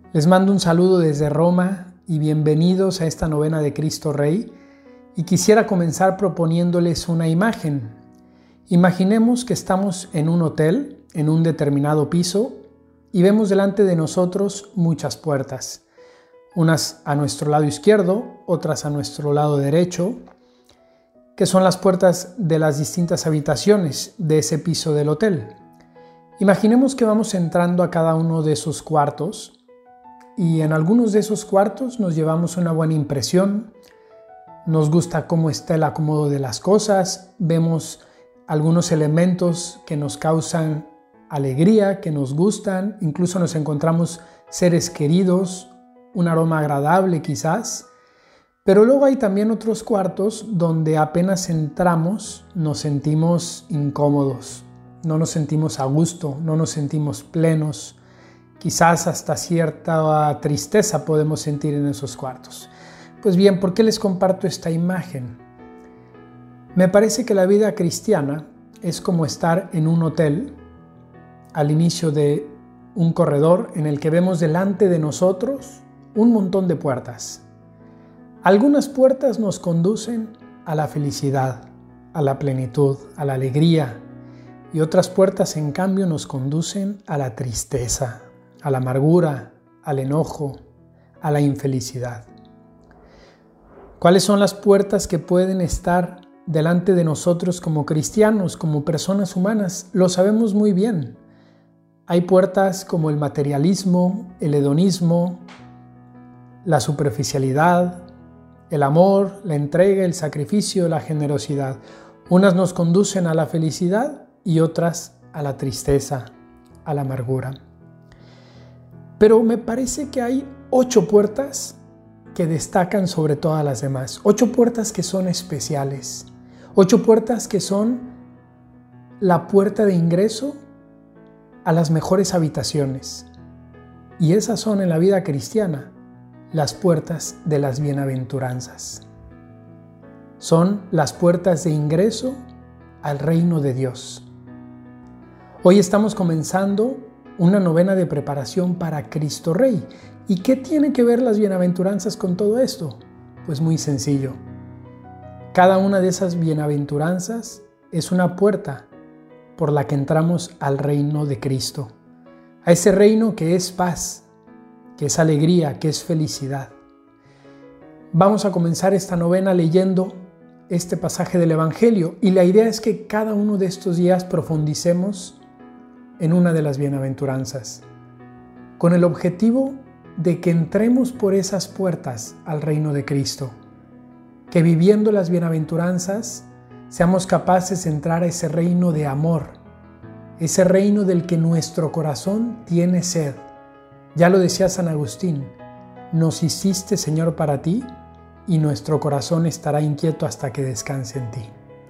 Les mando un saludo desde Roma y bienvenidos a esta novena de Cristo Rey. Y quisiera comenzar proponiéndoles una imagen. Imaginemos que estamos en un hotel, en un determinado piso, y vemos delante de nosotros muchas puertas. Unas a nuestro lado izquierdo, otras a nuestro lado derecho, que son las puertas de las distintas habitaciones de ese piso del hotel. Imaginemos que vamos entrando a cada uno de esos cuartos y en algunos de esos cuartos nos llevamos una buena impresión, nos gusta cómo está el acomodo de las cosas, vemos algunos elementos que nos causan alegría, que nos gustan, incluso nos encontramos seres queridos, un aroma agradable quizás, pero luego hay también otros cuartos donde apenas entramos nos sentimos incómodos, no nos sentimos a gusto, no nos sentimos plenos, quizás hasta cierta tristeza podemos sentir en esos cuartos. Pues bien, ¿por qué les comparto esta imagen? Me parece que la vida cristiana es como estar en un hotel al inicio de un corredor en el que vemos delante de nosotros un montón de puertas. Algunas puertas nos conducen a la felicidad, a la plenitud, a la alegría, y otras puertas en cambio nos conducen a la tristeza, a la amargura, al enojo, a la infelicidad. ¿Cuáles son las puertas que pueden estar delante de nosotros como cristianos, como personas humanas? Lo sabemos muy bien. Hay puertas como el materialismo, el hedonismo, la superficialidad, el amor, la entrega, el sacrificio, la generosidad. Unas nos conducen a la felicidad y otras a la tristeza, a la amargura. Pero me parece que hay 8 puertas que destacan sobre todas las demás. 8 puertas que son especiales. 8 puertas que son la puerta de ingreso a las mejores habitaciones. Y esas son en la vida cristiana las puertas de las bienaventuranzas. Son las puertas de ingreso al reino de Dios. Hoy estamos comenzando una novena de preparación para Cristo Rey. ¿Y qué tiene que ver las bienaventuranzas con todo esto? Pues muy sencillo. Cada una de esas bienaventuranzas es una puerta por la que entramos al reino de Cristo. A ese reino que es paz, que es alegría, que es felicidad. Vamos a comenzar esta novena leyendo este pasaje del Evangelio y la idea es que cada uno de estos días profundicemos en una de las bienaventuranzas, con el objetivo de que entremos por esas puertas al reino de Cristo, que viviendo las bienaventuranzas seamos capaces de entrar a ese reino de amor, ese reino del que nuestro corazón tiene sed. Ya lo decía San Agustín, nos hiciste, Señor, para ti, y nuestro corazón estará inquieto hasta que descanse en ti.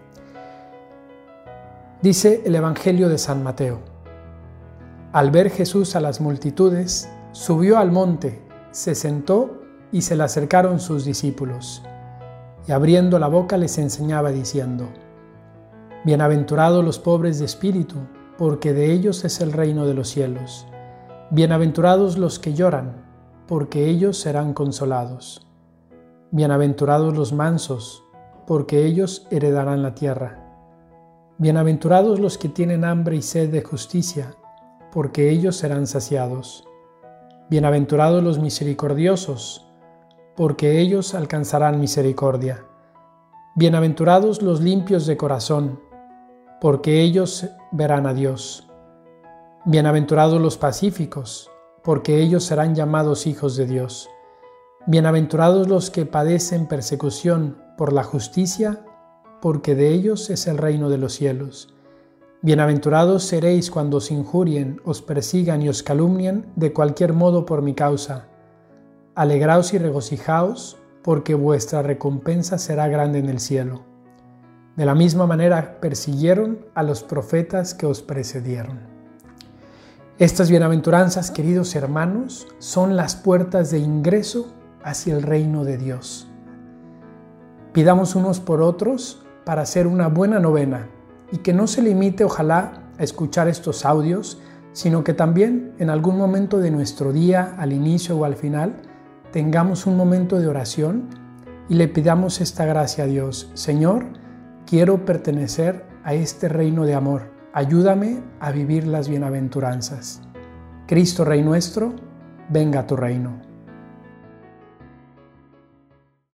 Dice el Evangelio de San Mateo: al ver Jesús a las multitudes, subió al monte, se sentó y se le acercaron sus discípulos. Y abriendo la boca les enseñaba diciendo: bienaventurados los pobres de espíritu, porque de ellos es el reino de los cielos. Bienaventurados los que lloran, porque ellos serán consolados. Bienaventurados los mansos, porque ellos heredarán la tierra. Bienaventurados los que tienen hambre y sed de justicia, porque ellos serán saciados. Bienaventurados los misericordiosos, porque ellos alcanzarán misericordia. Bienaventurados los limpios de corazón, porque ellos verán a Dios. Bienaventurados los pacíficos, porque ellos serán llamados hijos de Dios. Bienaventurados los que padecen persecución por la justicia, porque de ellos es el reino de los cielos. Bienaventurados seréis cuando os injurien, os persigan y os calumnien de cualquier modo por mi causa. Alegraos y regocijaos, porque vuestra recompensa será grande en el cielo. De la misma manera persiguieron a los profetas que os precedieron. Estas bienaventuranzas, queridos hermanos, son las puertas de ingreso hacia el reino de Dios. Pidamos unos por otros para hacer una buena novena y que no se limite, ojalá, a escuchar estos audios, sino que también en algún momento de nuestro día, al inicio o al final, tengamos un momento de oración y le pidamos esta gracia a Dios. Señor, quiero pertenecer a este reino de amor. Ayúdame a vivir las bienaventuranzas. Cristo Rey nuestro, venga a tu reino.